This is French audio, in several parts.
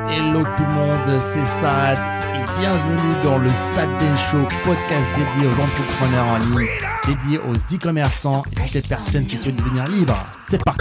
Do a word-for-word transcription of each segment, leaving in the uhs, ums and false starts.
Hello tout le monde, c'est Saad et bienvenue dans le Saad Ben Show, podcast dédié aux entrepreneurs en ligne, dédié aux e-commerçants et toutes les personnes qui souhaitent devenir libres. C'est parti.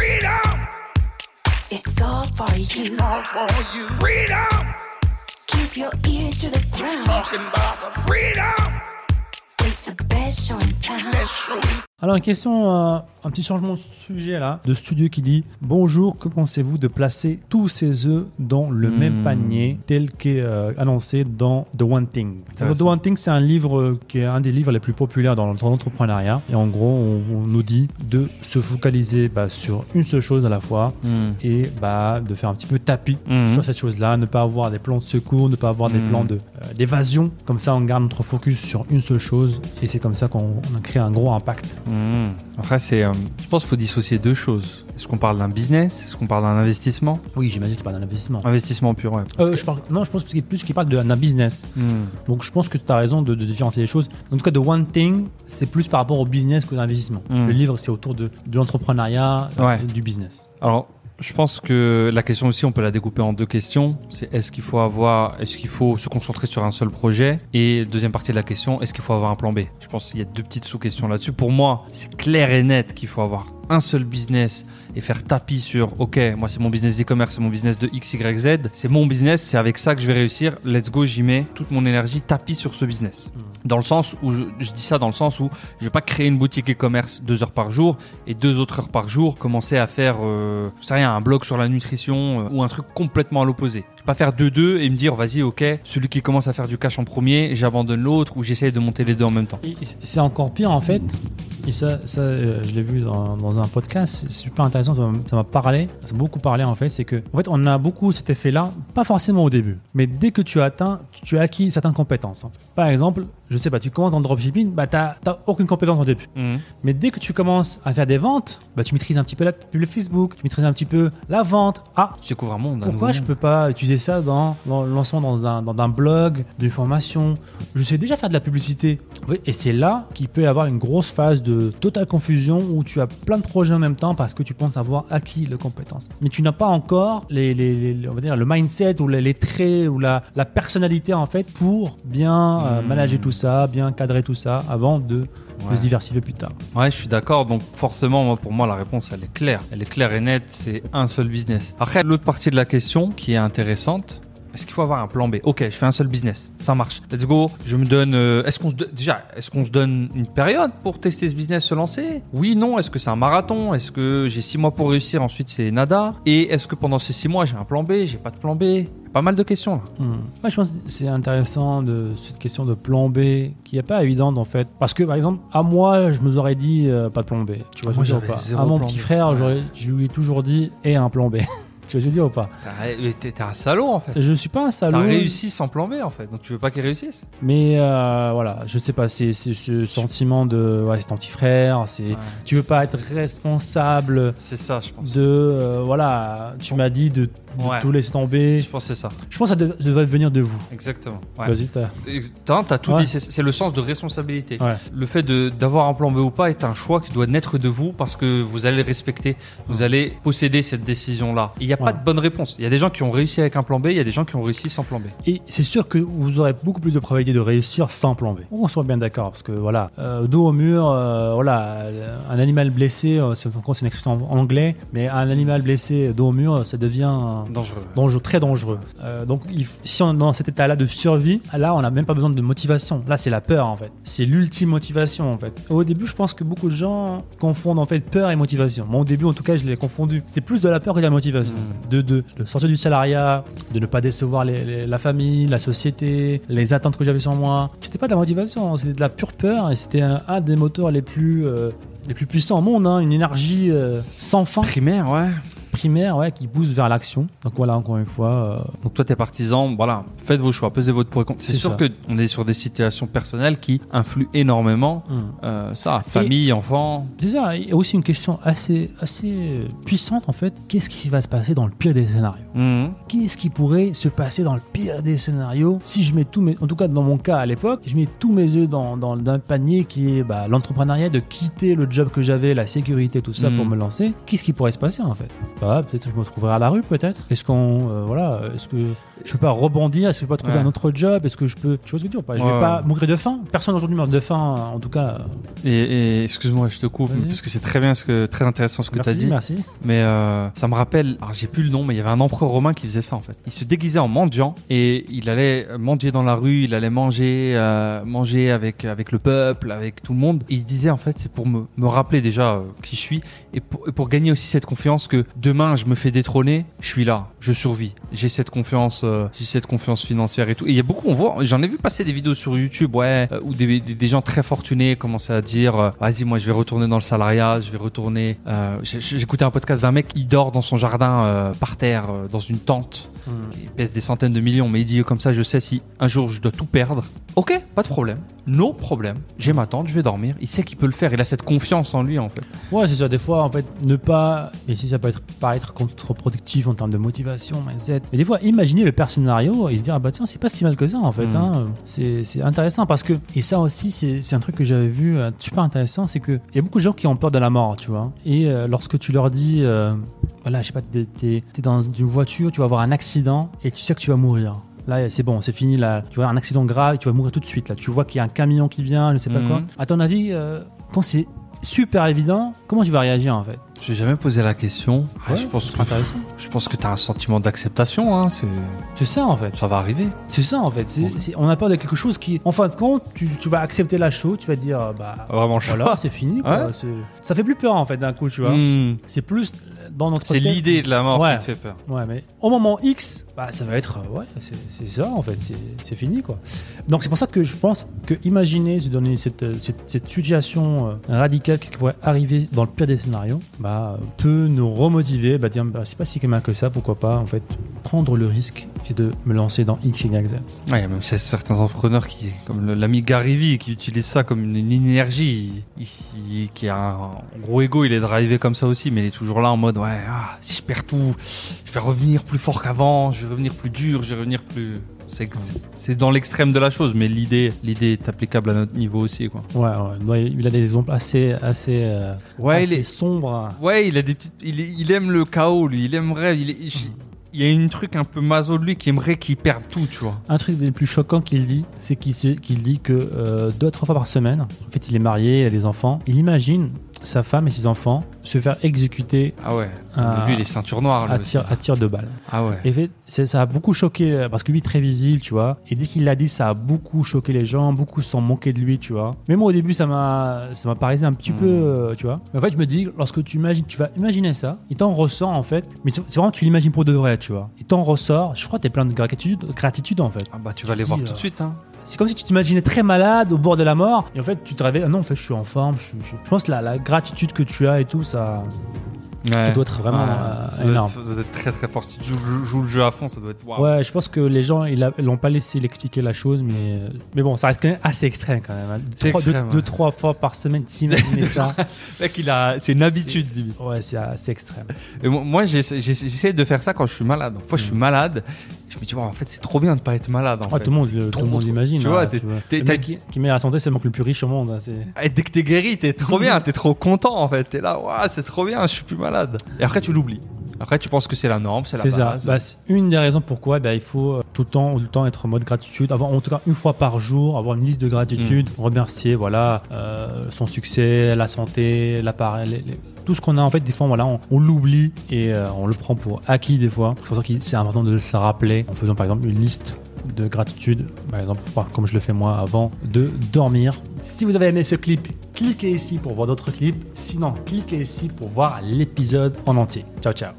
It's all for you. All for you. Freedom. Keep your ear to the ground. Talking about the freedom. It's the best show in town. Let's show you. Alors une question, euh, un petit changement de sujet là, de studio qui dit « Bonjour, que pensez-vous de placer tous ces œufs dans le mmh. même panier tel qu'est euh, annoncé dans The One Thing ?» The One Thing, c'est un livre euh, qui est un des livres les plus populaires dans l'entrepreneuriat. Et en gros, on, on nous dit de se focaliser bah, sur une seule chose à la fois mmh. et bah, de faire un petit peu tapis mmh. sur cette chose-là, ne pas avoir des plans de secours, ne pas avoir mmh. des plans de, euh, d'évasion. Comme ça, on garde notre focus sur une seule chose et c'est comme ça qu'on on crée un gros impact. Mmh. Après, c'est, euh, je pense qu'il faut dissocier deux choses. Est-ce qu'on parle d'un business ? Est-ce qu'on parle d'un investissement ? Oui, j'imagine qu'il parle d'un investissement. Investissement pur, ouais. Euh, que... je parle, non, je pense qu'il plus qu'il parle de, d'un business. Mmh. Donc, je pense que tu as raison de, de différencier les choses. En tout cas, The One Thing, c'est plus par rapport au business que l'investissement. Mmh. Le livre, c'est autour de, de l'entrepreneuriat ouais. et du business. Alors, je pense que la question aussi, on peut la découper en deux questions. C'est est-ce qu'il faut avoir, est-ce qu'il faut se concentrer sur un seul projet ? Et deuxième partie de la question, est-ce qu'il faut avoir un plan B ? Je pense qu'il y a deux petites sous-questions là-dessus. Pour moi, c'est clair et net qu'il faut avoir un seul business et faire tapis sur « Ok, moi c'est mon business d'e-commerce, c'est mon business de X, Y, Z. C'est mon business, c'est avec ça que je vais réussir. Let's go, j'y mets toute mon énergie, tapis sur ce business. Mmh. » Dans le sens où, je, je dis ça dans le sens où je ne vais pas créer une boutique e-commerce deux heures par jour et deux autres heures par jour commencer à faire, euh, je sais rien, un blog sur la nutrition euh, ou un truc complètement à l'opposé. Je ne vais pas faire deux deux et me dire « Vas-y, ok, celui qui commence à faire du cash en premier, j'abandonne l'autre » ou j'essaie de monter les deux en même temps. Et c'est encore pire en fait. Et ça, ça euh, je l'ai vu dans, dans un podcast, c'est super intéressant, ça m'a, ça m'a parlé, ça m'a beaucoup parlé en fait, c'est que en fait on a beaucoup cet effet-là, pas forcément au début, mais dès que tu as atteint, tu as acquis certaines compétences en fait. Par exemple, je sais pas, tu commences en dropshipping, bah t'as, t'as aucune compétence au début. Mmh. Mais dès que tu commences à faire des ventes, bah tu maîtrises un petit peu la pub Facebook, tu maîtrises un petit peu la vente. Ah, tu découvres un monde. Pourquoi je monde. peux pas utiliser ça dans, dans le lancement dans un, dans un blog, de formation ? Je sais déjà faire de la publicité. Et c'est là qu'il peut y avoir une grosse phase de totale confusion où tu as plein de projets en même temps parce que tu penses avoir acquis les compétences. Mais tu n'as pas encore les, les, les, on va dire, le mindset ou les, les traits ou la, la personnalité en fait pour bien euh, mmh. manager tout ça, bien cadrer tout ça avant de, ouais. de se diversifier plus tard. Ouais, je suis d'accord. Donc forcément, moi, pour moi, la réponse, elle est claire. Elle est claire et nette. C'est un seul business. Après, l'autre partie de la question qui est intéressante, est-ce qu'il faut avoir un plan B ? Ok, je fais un seul business, ça marche. Let's go. Je me donne. Euh, est-ce qu'on se do- déjà, est-ce qu'on se donne une période pour tester ce business, se lancer ? Oui, non. Est-ce que c'est un marathon ? Est-ce que j'ai six mois pour réussir ? Ensuite, c'est nada. Et est-ce que pendant ces six mois, j'ai un plan B ? J'ai pas de plan B ? Pas mal de questions là. Mmh. Ouais, je pense que c'est intéressant de cette question de plan B qui n'est pas évidente en fait. Parce que par exemple, à moi, je me aurais dit euh, pas de plan B. Tu vois, moi, je veux dire ou pas. À mon petit B. frère, ouais. je lui ai toujours dit et un plan B. Tu veux dire ou pas ? T'es, t'es un salaud en fait. Je suis pas un salaud. T'as réussi sans plan B en fait, donc tu veux pas qu'il réussisse ? Mais euh, voilà, je sais pas, c'est, c'est ce sentiment de ouais, c'est ton petit frère, c'est ouais. tu veux pas être responsable. C'est ça, je pense. De euh, voilà, tu m'as dit de, de ouais. tout laisser tomber. Je pense que c'est ça. Je pense que ça devait, devait venir de vous. Exactement. Ouais. Vas-y, t'as. T'as, t'as tout ouais. dit. C'est, c'est le sens de responsabilité. Ouais. Le fait de d'avoir un plan B ou pas est un choix qui doit naître de vous parce que vous allez le respecter, vous ouais. allez posséder cette décision-là. Il n'y a ouais. pas de bonne réponse. Il y a des gens qui ont réussi avec un plan B, il y a des gens qui ont réussi sans plan B. Et c'est sûr que vous aurez beaucoup plus de probabilité de réussir sans plan B. On soit bien d'accord, parce que voilà, euh, dos au mur, euh, voilà, un animal blessé, euh, c'est, c'est une expression en anglais, mais un animal blessé dos au mur, ça devient dangereux, dangereux très dangereux. Euh, donc il, si on est dans cet état-là de survie, là on n'a même pas besoin de motivation. Là c'est la peur en fait. C'est l'ultime motivation en fait. Au début, je pense que beaucoup de gens confondent en fait peur et motivation. Moi au début, en tout cas, je l'ai confondu. C'était plus de la peur que de la motivation. Mmh. De, de, de sortir du salariat, de ne pas décevoir les, les, la famille, la société, les attentes que j'avais sur moi. C'était pas de la motivation, c'était de la pure peur et c'était un, un des moteurs les plus, euh, les plus puissants au monde, hein, une énergie euh, sans fin. Primaire, ouais. Primaire, ouais, qui pousse vers l'action. Donc voilà, encore une fois. Euh... Donc toi, t'es partisan, voilà, faites vos choix, pesez votre pour et contre. C'est, c'est sûr qu'on est sur des situations personnelles qui influent énormément. Mmh. Euh, ça, famille, et enfants. C'est ça. Il y a aussi une question assez, assez puissante en fait. Qu'est-ce qui va se passer dans le pire des scénarios ? Mmh. Qu'est-ce qui pourrait se passer dans le pire des scénarios si je mets tous mes, en tout cas dans mon cas à l'époque, je mets tous mes œufs dans, dans, dans un panier qui est bah, l'entrepreneuriat, de quitter le job que j'avais, la sécurité, tout ça mmh. pour me lancer. Qu'est-ce qui pourrait se passer en fait ? Bah, pas, peut-être que je me retrouverai à la rue, peut-être. Est-ce qu'on, euh, voilà, est-ce que je peux pas rebondir? Est-ce que je peux pas trouver Ouais. un autre job? Est-ce que je peux, tu vois ce que je veux dire ou pas? Je Ouais, vais pas ouais. mourir de faim. Personne aujourd'hui meurt de faim, en tout cas. Et, et excuse-moi, je te coupe, Vas-y. parce que c'est très bien, ce que, très intéressant ce que tu Merci, as dit. merci. Mais euh, ça me rappelle, alors j'ai plus le nom, mais il y avait un empereur romain qui faisait ça en fait. Il se déguisait en mendiant et il allait mendier dans la rue, il allait manger, euh, manger avec avec le peuple, avec tout le monde. Et il disait en fait, c'est pour me, me rappeler déjà euh, qui je suis et pour, et pour gagner aussi cette confiance que demain je me fais détrôner, je suis là, je survis. J'ai cette confiance, euh, j'ai cette confiance financière et tout. Et il y a beaucoup, on voit, j'en ai vu passer des vidéos sur YouTube, ouais, euh, où des, des, des gens très fortunés commençaient à dire, euh, vas-y, moi je vais retourner dans le salariat, je vais retourner. Euh, j'ai- J'écoutais un podcast d'un mec, il dort dans son jardin euh, par terre, euh, dans une tente. Il pèse des centaines de millions, mais il dit comme ça, je sais si un jour je dois tout perdre. Ok, pas de problème. No problème. J'ai ma tente, je vais dormir. Il sait qu'il peut le faire. Il a cette confiance en lui, en fait. Ouais, c'est ça. Des fois, en fait, ne pas. Et si ça peut être paraître contre-productif en termes de motivation, mindset. Mais des fois, imaginez le pire scénario et se dire ah bah tiens, c'est pas si mal que ça en fait. Mm. Hein. C'est c'est intéressant parce que et ça aussi, c'est c'est un truc que j'avais vu euh, super intéressant, c'est que il y a beaucoup de gens qui ont peur de la mort, tu vois. Et euh, lorsque tu leur dis euh, voilà, je sais pas, t'es t'es- t'es dans une voiture, tu vas avoir un accident et tu sais que tu vas mourir. Là, c'est bon, c'est fini. Là, tu vois un accident grave, tu vas mourir tout de suite. Là, tu vois qu'il y a un camion qui vient, je sais pas Mhm. quoi. À ton avis, euh, quand c'est super évident, comment tu vas réagir en fait? Je n'ai jamais posé la question. Ah, Ouais, je pense c'est que, intéressant. je pense que tu as un sentiment d'acceptation. Hein, c'est- C'est ça en fait. ça va arriver. C'est ça en fait. C'est- Ouais. c'est- on a peur de quelque chose qui, en fin de compte, tu, tu vas accepter la chose, tu vas te dire, euh, bah Vraiment, je voilà, c'est fini. Quoi. Ouais. C'est- Ça fait plus peur en fait d'un coup, tu vois. Hmm. C'est plus dans notre C'est tête. l'idée de la mort Ouais. qui te fait peur. Ouais, mais au moment X, bah, ça va être, euh, ouais, c'est c'est ça en fait, c'est c'est fini quoi. Donc c'est pour ça que je pense que imaginer, se donner cette, euh, cette, cette situation euh, radicale, qu'est-ce qui pourrait arriver dans le pire des scénarios, bah, euh, peut nous remotiver, bah, dire, bah, c'est pas si mal que ça, pourquoi pas en fait prendre le risque et de me lancer dans X, Y, Z. Ouais, il y a même c'est certains entrepreneurs qui, comme le- l'ami Gary Vee, qui utilisent ça comme une, une énergie, il- il- qui a un gros ego, il est drivé comme ça aussi, mais il est toujours là en mode, ouais, ah, si je perds tout, je vais revenir plus fort qu'avant, je vais revenir plus dur, je vais revenir plus... C'est c'est dans l'extrême de la chose, mais l'idée l'idée est applicable à notre niveau aussi, quoi. Ouais, ouais, ouais, il a des exemples assez, assez, euh, Ouais, il assez est- sombres. Ouais, il a des petites, il, est- il aime le chaos, lui, il aimerait, il, est- il- il y a une truc un peu maso de lui qui aimerait qu'il perde tout, tu vois. Un truc des plus choquants qu'il dit, c'est qu'il se- qu'il dit que euh, deux à trois fois par semaine, en fait, il est marié, il a des enfants, il imagine sa femme et ses enfants se faire exécuter Ah ouais. Ah. Lui, il est ceinture noire, à lui. tir, à tir de balle. Ah ouais. Et fait, c'est- ça a beaucoup choqué, euh, parce que lui est très visible, tu vois. Et dès qu'il l'a dit, ça a beaucoup choqué les gens, beaucoup se sont moqués de lui, tu vois. Mais moi, au début, ça m'a ça m'a paraissé un petit Mm. peu, euh, tu vois. Mais en fait, je me dis, lorsque tu imagines, tu vas imaginer ça, il t'en ressort, en fait. Mais c'est c'est vraiment, tu l'imagines pour de vrai, tu vois. Il t'en ressort, je crois que t'es plein de gratitude, gratitude, en fait. Ah bah tu vas les dis, voir euh, tout de suite, hein. C'est comme si tu t'imaginais très malade au bord de la mort et en fait tu te réveilles, ah non en fait je suis en forme, je, suis- je- je pense que la, la gratitude que tu as et tout ça, ça doit être vraiment euh, ça doit énorme. être, ça doit être très très fort. Si tu joues, joues le jeu à fond, ça doit être waouh. Ouais, je pense que les gens ils a- ils l'ont pas laissé l'expliquer la chose, mais mais bon ça reste quand même assez extrême quand même. Hein. C'est Trois- extrême, deux, ouais. deux, trois fois par semaine t'imaginer ça. Mec, il a, c'est une habitude. limite. Ouais c'est assez extrême. Et moi, moi, j'essa- j'essa- j'essaie de faire ça quand je suis malade. Une fois, je suis malade. Je me dis, ouais, en fait, c'est trop bien de pas être malade. En Ouais, fait. tout le monde le- C'est tout trop, le monde trop- l'imagine. Tu hein, vois, tu t'es- vois. t'es- Le t'as- mec qui, qui met la santé c'est le mec le plus riche au monde. Hein, c'est- Et dès que t'es guéri, t'es trop bien, t'es trop content en fait. T'es là, ouais, c'est trop bien, je suis plus malade. Et après, tu l'oublies. Après, tu penses que c'est la norme, c'est la C'est ça. base. Bah, c'est une des raisons pourquoi bah, il faut euh, tout le temps, tout le temps être en mode gratitude, avoir en tout cas une fois par jour, avoir une liste de gratitude, Mm. remercier voilà euh, son succès, la santé, l'appareil, les- les- tout ce qu'on a en fait. Des fois voilà, on, on l'oublie et euh, on le prend pour acquis des fois. C'est pour ça que c'est important de se rappeler en faisant par exemple une liste de gratitude, par exemple comme je le fais moi avant de dormir. Si vous avez aimé ce clip, cliquez ici pour voir d'autres clips. Sinon, cliquez ici pour voir l'épisode en entier. Ciao ciao.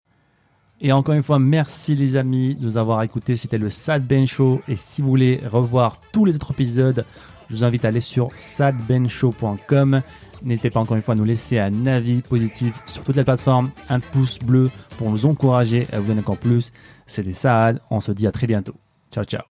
Et encore une fois, merci les amis de nous avoir écoutés. C'était le Sad Ben Show. Et si vous voulez revoir tous les autres épisodes, je vous invite à aller sur sad ben show point com. N'hésitez pas encore une fois à nous laisser un avis positif sur toutes les plateformes, un pouce bleu pour nous encourager à vous donner encore plus. C'était Saad. On se dit à très bientôt. Ciao, ciao.